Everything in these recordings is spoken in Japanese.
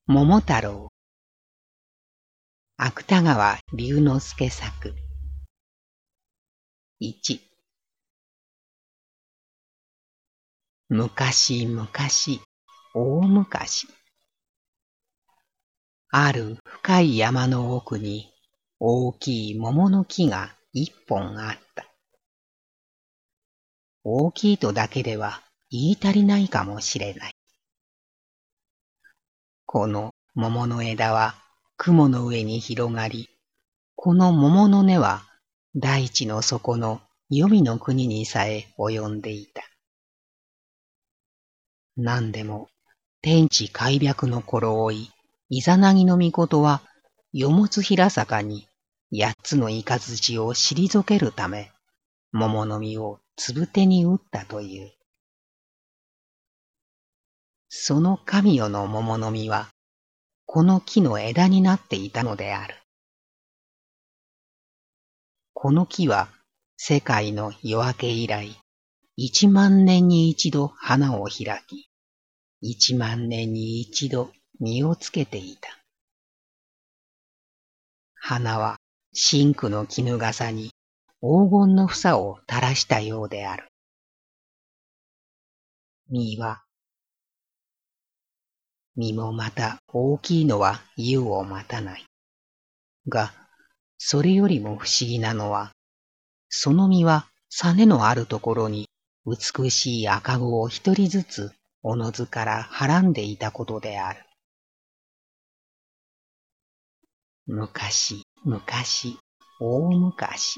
桃太郎。芥川龍之介作。1。昔々、大昔。ある深い山の奥に大きい桃の木が一本あった。大きいとだけでは言い足りないかもしれない。この桃の枝は雲の上に広がり、この桃の根は大地の底の黄泉の国にさえ及んでいた。何でも天地開闢の頃追い、イザナギの命はよもつ平坂に八つの雷を退けるため、桃の実をつぶてに打ったという。その神代の桃の実は、この木の枝になっていたのである。この木は世界の夜明け以来、1万年に一度花を開き、1万年に一度実をつけていた。花は深紅の絹笠に黄金の房を垂らしたようである。実もまた大きいのは湯を待たない。が、それよりも不思議なのは、その実は実のあるところに美しい赤子を一人ずつおのずからはらんでいたことである。昔々、大昔。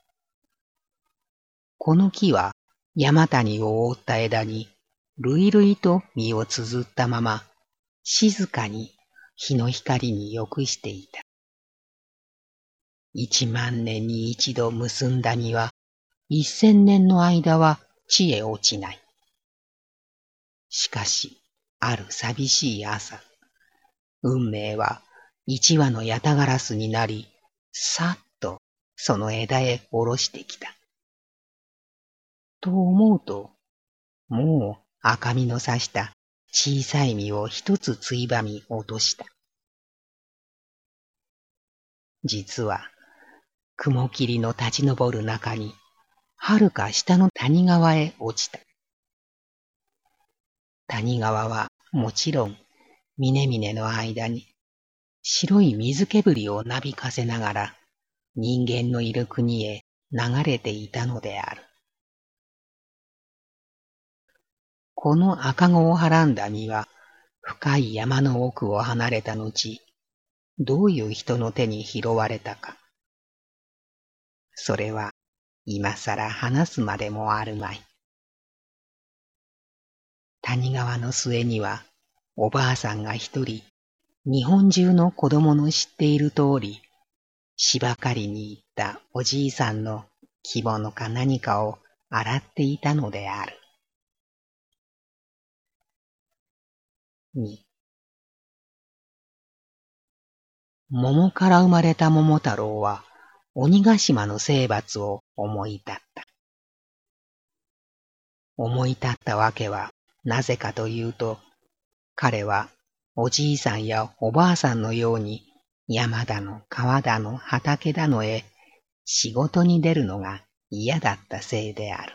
この木は山谷を覆った枝に累々と実を綴ったまま、静かに日の光に浴していた。1万年に一度結んだ実は、1000年の間は地へ落ちない。しかし、ある寂しい朝、運命は一羽のヤタガラスになり、さっとその枝へ下ろしてきた。と思うと、もう赤みのさした小さい実を一つついばみ落とした。実は、雲霧の立ち上る中に、はるか下の谷川へ落ちた。谷川はもちろん、峰々の間に、白い水けぶりをなびかせながら、人間のいる国へ流れていたのである。この赤子をはらんだ実は、深い山の奥を離れた後、どういう人の手に拾われたか。それは、今さら話すまでもあるまい。谷川の末には、おばあさんが一人、日本中の子供の知っている通り、芝刈りに行ったおじいさんの着物か何かを洗っていたのである。2。桃から生まれた桃太郎は、鬼ヶ島の征伐を思い立った。思い立ったわけは、なぜかというと、彼はおじいさんやおばあさんのように山だの川だの畑だのへ仕事に出るのが嫌だったせいである。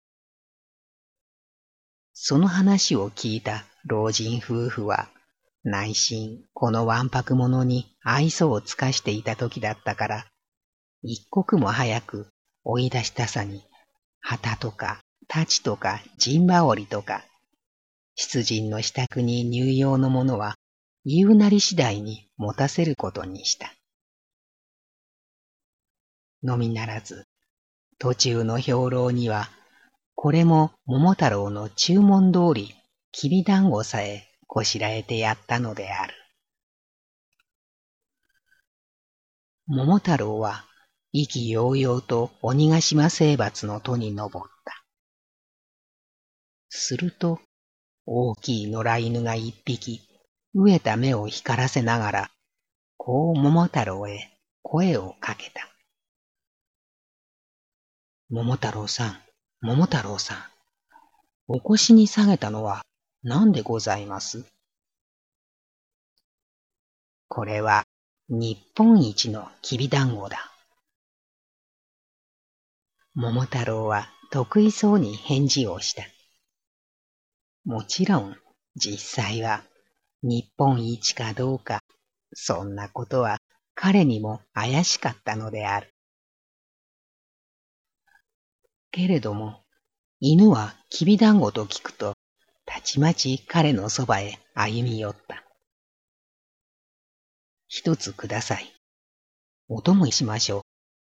その話を聞いた老人夫婦は、内心このわんぱく者に愛想を尽かしていた時だったから、一刻も早く追い出したさに、旗とか太刀とか陣羽織とか、出陣の支度に入用のものは、言うなり次第に持たせることにした。のみならず、途中の兵糧には、これも桃太郎の注文通り、きびだんごさえこしらえてやったのである。桃太郎は、意気揚々と鬼ヶ島征伐の戸に登った。すると、大きい野良犬が一匹、飢えた目を光らせながら、こう桃太郎へ声をかけた。桃太郎さん、桃太郎さん、お腰に下げたのは何でございます？ これは日本一のきびだんごだ。桃太郎は得意そうに返事をした。もちろん、実際は日本一かどうか、そんなことは彼にも怪しかったのである。けれども、犬はきびだんごと聞くと、たちまち彼のそばへ歩み寄った。一つください。お供しましょ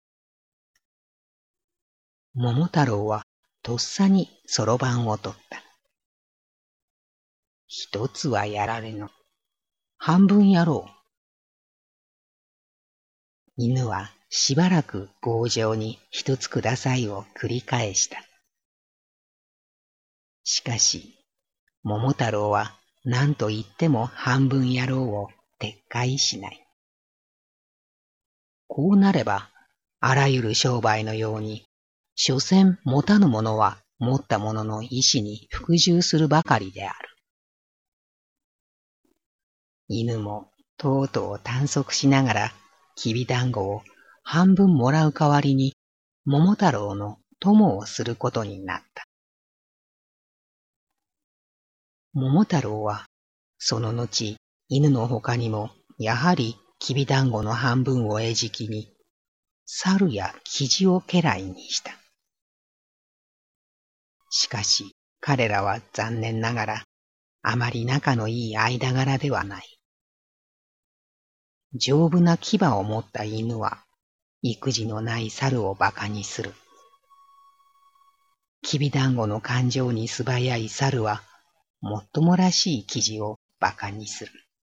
う。桃太郎はとっさにそろばんを取った。一つはやられぬ。半分やろう。犬はしばらく強情に一つくださいを繰り返した。しかし、桃太郎は何と言っても半分やろうを撤回しない。こうなれば、あらゆる商売のように、所詮持たぬ者は持った者の意志に服従するばかりである。犬もとうとう探索しながら、きびだんごを半分もらう代わりに、桃太郎の友をすることになった。桃太郎は、その後、犬の他にも、やはりきびだんごの半分を餌食に、猿やキジを家来にした。しかし、彼らは残念ながら、あまり仲のいい間柄ではない。丈夫な牙を持った犬は、育児のない猿を馬鹿にする。きびだんごの感情に素早い猿は、もっともらしいキジを馬鹿にする。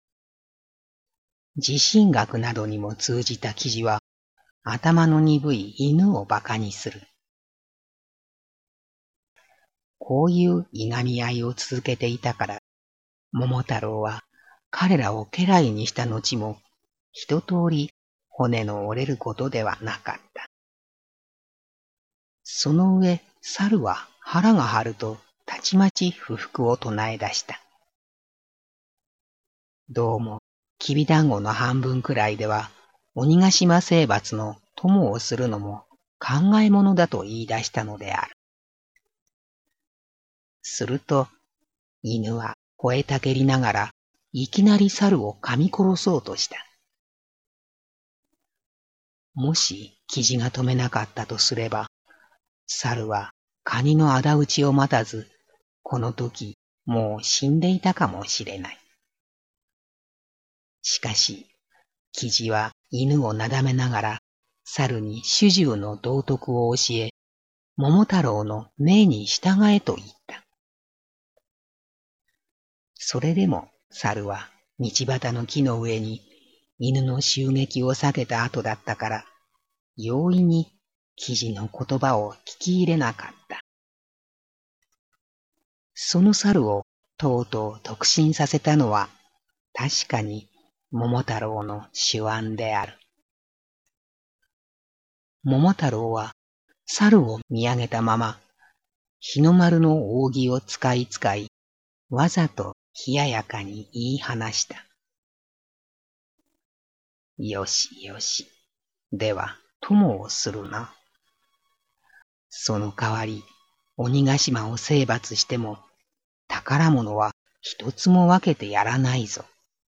地震学などにも通じたキジは、頭の鈍い犬を馬鹿にする。こういういがみ合いを続けていたから、桃太郎は彼らを家来にした後も、一通り骨の折れることではなかった。その上、猿は腹が張ると、たちまち不服を唱え出した。どうも、きびだんごの半分くらいでは、鬼ヶ島征伐の友をするのも考えものだと言い出したのである。すると、犬は吠えたけりながら、いきなり猿を噛み殺そうとした。もし、キジが止めなかったとすれば、猿はカニの仇討ちを待たず、この時、もう死んでいたかもしれない。しかし、キジは犬をなだめながら、猿に主従の道徳を教え、桃太郎の命に従えと言った。それでも猿は道端の木の上に犬の襲撃を避けた後だったから、容易にキジの言葉を聞き入れなかった。その猿をとうとう特進させたのは、確かに桃太郎の手腕である。桃太郎は猿を見上げたまま、日の丸の扇を使い、わざと冷ややかに言い放した。よしよし。では、友をするな。その代わり、鬼ヶ島を征伐しても、宝物は一つも分けてやらないぞ。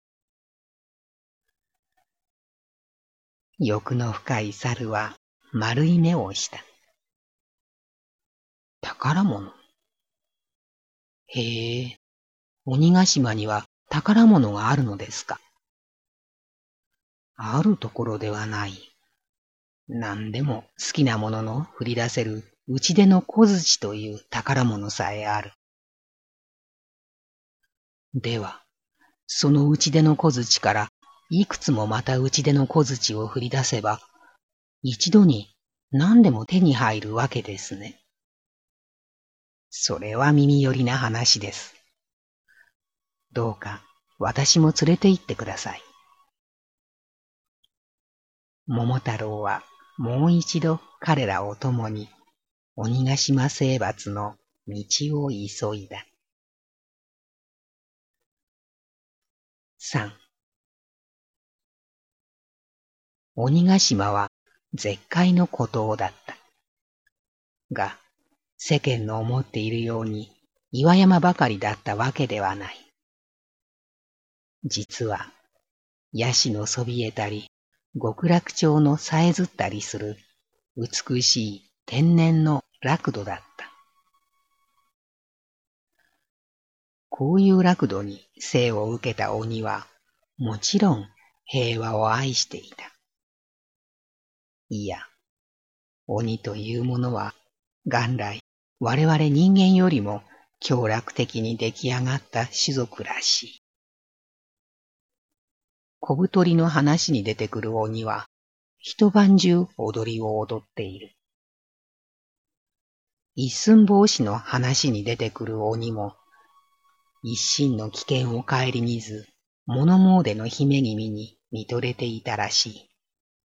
欲の深い猿は丸い目をした。宝物。へえ、鬼ヶ島には宝物があるのですか。あるところではない。何でも好きなものの振り出せる打ち出の小槌という宝物さえある。では、その打ち出の小槌からいくつもまた打ち出の小槌を振り出せば、一度に何でも手に入るわけですね。それは耳寄りな話です。どうか私も連れて行ってください。桃太郎はもう一度彼らを共に鬼ヶ島征伐の道を急いだ。3 鬼ヶ島は絶海の孤島だった。が、世間の思っているように岩山ばかりだったわけではない。実は、ヤシのそびえたり、極楽鳥のさえずったりする美しい天然の楽土だった。こういう楽土に生を受けた鬼は、もちろん平和を愛していた。いや、鬼というものは、元来我々人間よりも強楽的に出来上がった種族らしい。小太りの話に出てくる鬼は、一晩中踊りを踊っている。一寸法師の話に出てくる鬼も、一心の危険を顧みず、物詣の姫君に見とれていたらしい。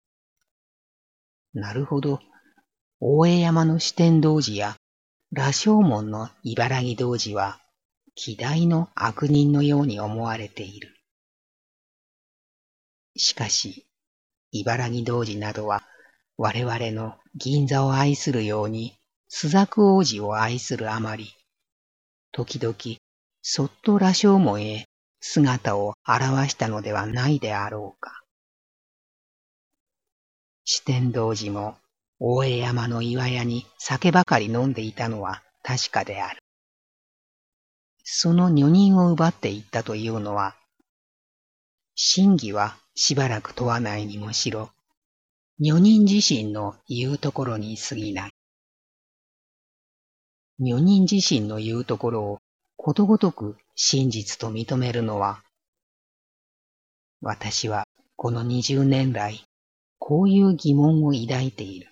なるほど、大江山の四天童子や羅生門の茨城童子は、希代の悪人のように思われている。しかし、茨城童子などは、我々の銀座を愛するように、朱雀王子を愛するあまり、時々、そっと羅生門へ姿を現したのではないであろうか。四天童子も、大江山の岩屋に酒ばかり飲んでいたのは確かである。その女人を奪っていったというのは、真偽はしばらく問わないにもしろ、女人自身の言うところに過ぎない。女人自身の言うところをことごとく真実と認めるのは、私はこの20年来、こういう疑問を抱いている。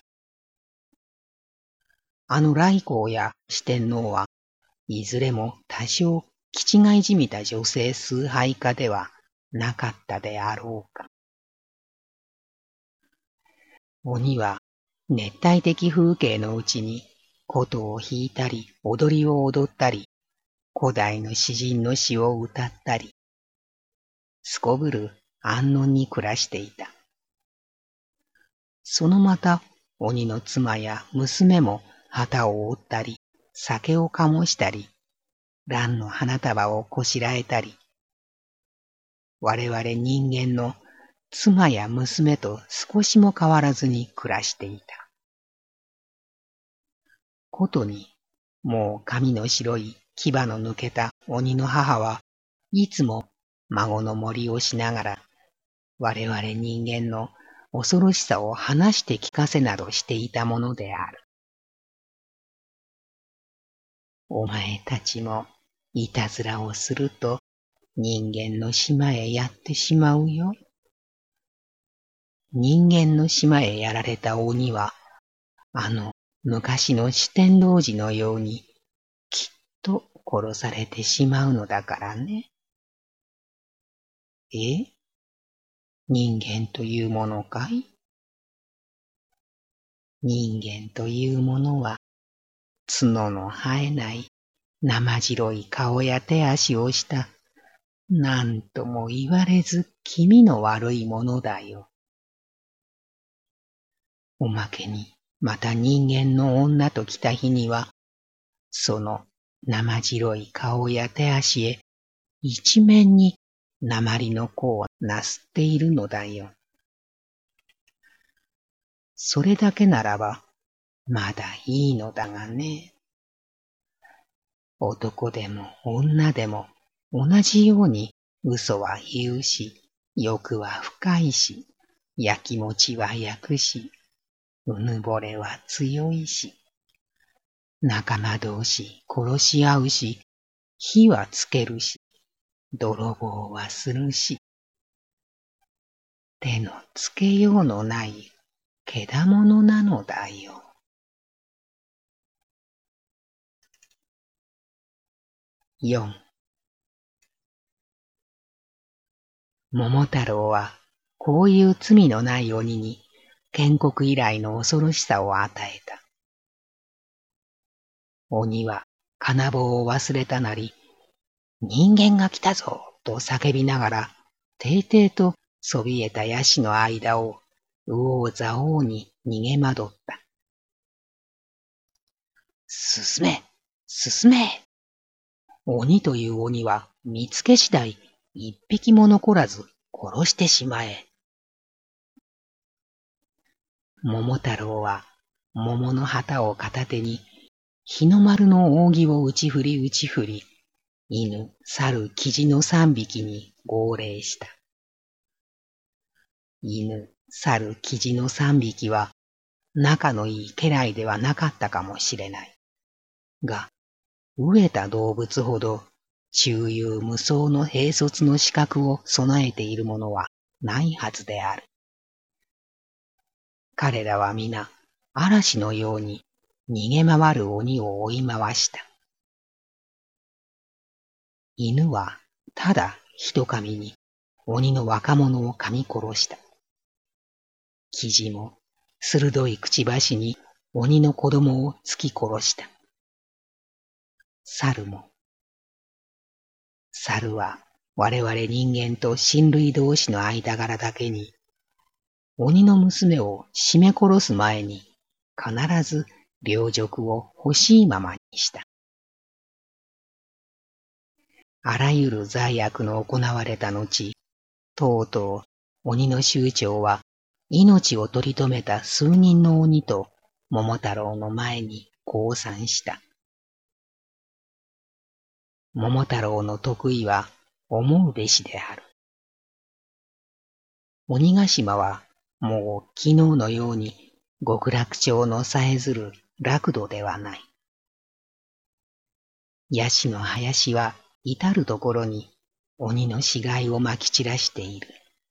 あの頼光や四天王はいずれも多少気違いじみた女性崇拝家ではなかったであろうか。鬼は熱帯的風景のうちに琴を弾いたり踊りを踊ったり、古代の詩人の詩を歌ったり、すこぶる安穏に暮らしていた。そのまた鬼の妻や娘も旗を折ったり、酒を醸したり、蘭の花束をこしらえたり、我々人間の妻や娘と少しも変わらずに暮らしていた。ことに、もう髪の白い牙の抜けた鬼の母はいつも孫の森をしながら、我々人間の恐ろしさを話して聞かせなどしていたものである。お前たちもいたずらをすると人間の島へやってしまうよ。人間の島へやられた鬼は、あの昔の四天王寺のようにきっと殺されてしまうのだからね。人間というものかい？人間というものは、角の生えない生白い顔や手足をした、なんとも言われず気味の悪いものだよ。おまけに、また人間の女と来た日には、その生白い顔や手足へ一面に鉛の粉をなすっているのだよ。それだけならば、まだいいのだがね。男でも女でも同じように嘘は言うし、欲は深いし、やきもちは焼くし、うぬぼれは強いし、仲間同士殺し合うし、火はつけるし、泥棒はするし、手のつけようのないけだものなのだよ。4. 桃太郎はこういう罪のない鬼に建国以来の恐ろしさを与えた。鬼は金棒を忘れたなり、人間が来たぞと叫びながら、ていていとそびえたヤシの間を右往左往に逃げ惑った。進め、進め。鬼という鬼は見つけ次第一匹も残らず殺してしまえ。桃太郎は桃の旗を片手に日の丸の扇を打ち振り打ち振り、犬、猿、キジの三匹に号令した。犬、猿、キジの三匹は仲のいい家来ではなかったかもしれない。が、飢えた動物ほど中庸無双の兵卒の資格を備えているものはないはずである。彼らは皆嵐のように逃げ回る鬼を追い回した。犬はただ一噛みに鬼の若者を噛み殺した。キジも鋭いくちばしに鬼の子供を突き殺した。猿も。猿は我々人間と親類同士の間柄だけに、鬼の娘を絞め殺す前に必ず領辱を欲しいままにした。あらゆる罪悪の行われた後、とうとう鬼の酋長は命を取り留めた数人の鬼と桃太郎の前に降参した。桃太郎の得意は思うべしである。鬼ヶ島はもう昨日のように極楽町のさえずる楽土ではない。ヤシの林は至るところに鬼の死骸をまき散らしている。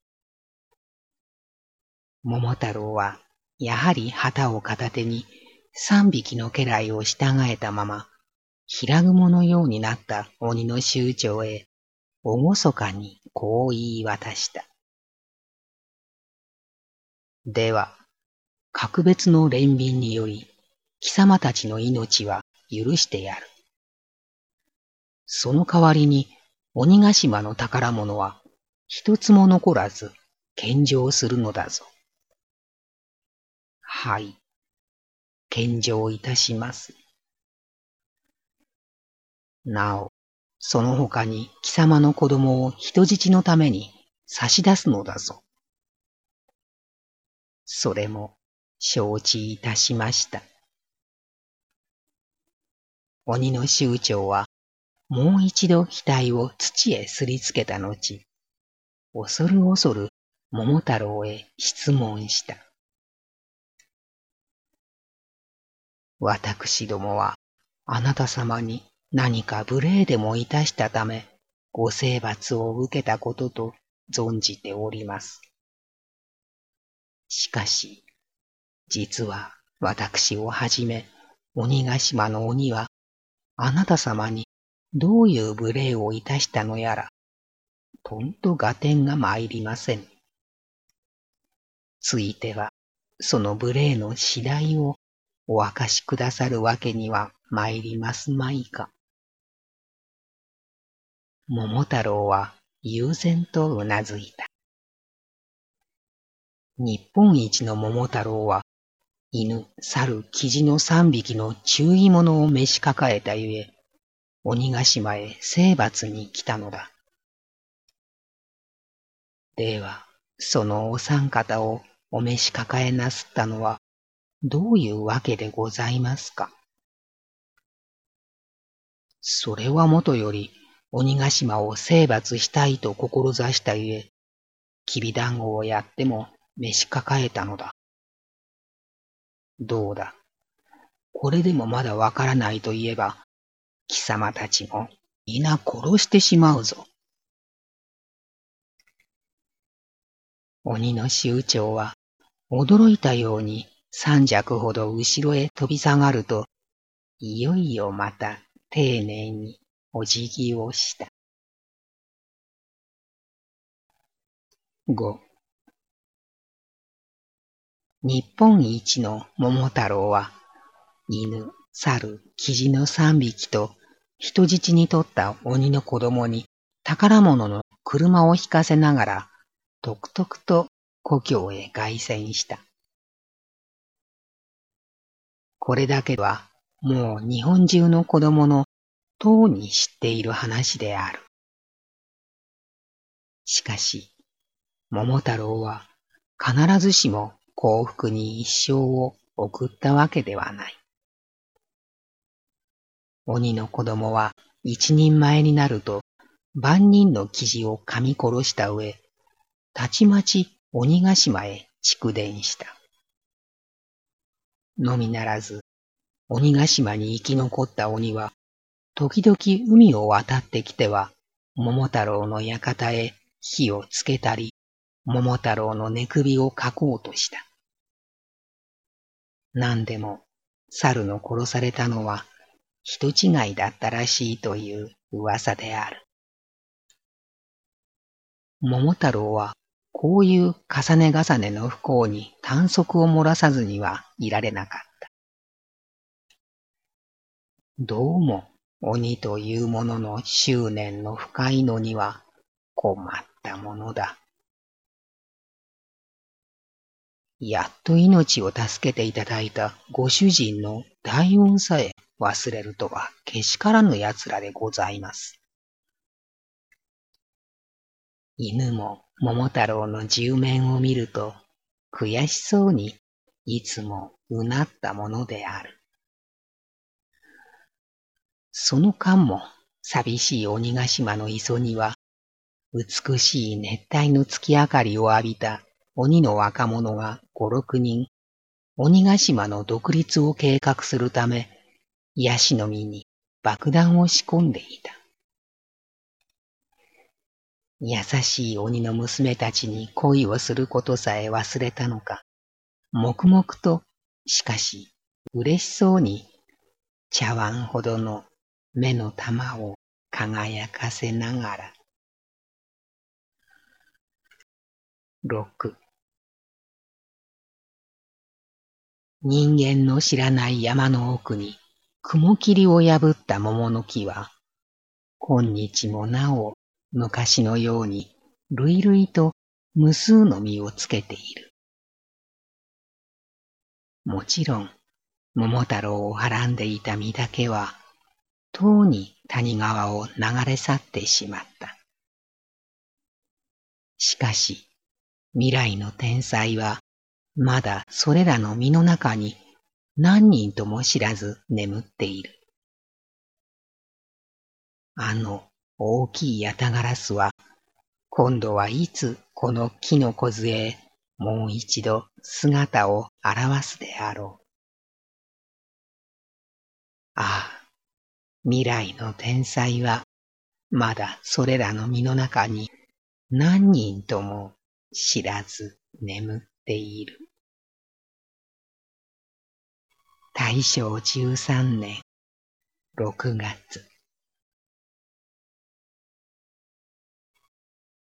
桃太郎はやはり旗を片手に三匹の家来を従えたまま、平雲のようになった鬼の酋長へ厳かにこう言い渡した。では、格別の憐憫により貴様たちの命は許してやる。その代わりに鬼ヶ島の宝物は一つも残らず献上するのだぞ。はい、献上いたします。なお、その他に貴様の子供を人質のために差し出すのだぞ。それも承知いたしました。鬼の酋長はもう一度額を土へすりつけた後、恐る恐る桃太郎へ質問した。私どもはあなた様に何か無礼でもいたしたため、ご征罰を受けたことと存じております。しかし、実は私をはじめ、鬼ヶ島の鬼は、あなた様にどういう無礼をいたしたのやら、とんと合点が参りません。ついては、その無礼の次第をお明かしくださるわけには参りますまいか。桃太郎は悠然とうなずいた。日本一の桃太郎は、犬、猿、キジの三匹の注意物を召し抱えたゆえ、鬼ヶ島へ征伐に来たのだ。では、そのお三方をお召し抱えなすったのは、どういうわけでございますか。それはもとより、鬼ヶ島を征伐したいと志したゆえ、きびだんごをやっても召し抱えたのだ。どうだ。これでもまだわからないと言えば、貴様たちも皆殺してしまうぞ。鬼の酋長は驚いたように三尺ほど後ろへ飛び下がると、いよいよまた丁寧にお辞儀をした。5. 日本一の桃太郎は、犬、猿、キジの三匹と人質に取った鬼の子供に宝物の車を引かせながら、とくとくと故郷へ凱旋した。これだけはもう日本中の子供のとうに知っている話である。しかし、桃太郎は必ずしも幸福に一生を送ったわけではない。鬼の子供は一人前になると万人の雉を噛み殺した上、たちまち鬼ヶ島へ逐電した。のみならず、鬼ヶ島に生き残った鬼は、時々海を渡ってきては、桃太郎の館へ火をつけたり、桃太郎の寝首をかこうとした。何でも、猿の殺されたのは人違いだったらしいという噂である。桃太郎は、こういう重ね重ねの不幸に短足を漏らさずにはいられなかった。どうも鬼というものの執念の深いのには困ったものだ。やっと命を助けていただいたご主人の大恩さえ忘れるとはけしからぬ奴らでございます。犬も桃太郎の十面を見ると悔しそうにいつもうなったものである。その間も寂しい鬼ヶ島の磯には美しい熱帯の月明かりを浴びた鬼の若者が五六人鬼ヶ島の独立を計画するためヤシの実に爆弾を仕込んでいた。優しい鬼の娘たちに恋をすることさえ忘れたのか、黙々としかし嬉しそうに茶碗ほどの目の玉を輝かせながら。6. 人間の知らない山の奥に雲霧を破った桃の木は、今日もなお昔のように累々と無数の実をつけている。もちろん、桃太郎をはらんでいた実だけは、とうに谷川を流れ去ってしまった。しかし、未来の天才は、まだそれらの実の中に何人とも知らず眠っている。あの大きいヤタガラスは、今度はいつこの木の梢へもう一度姿を現すであろう。ああ、未来の天才は、まだそれらの実の中に何人とも知らず眠っている。大正13年6月。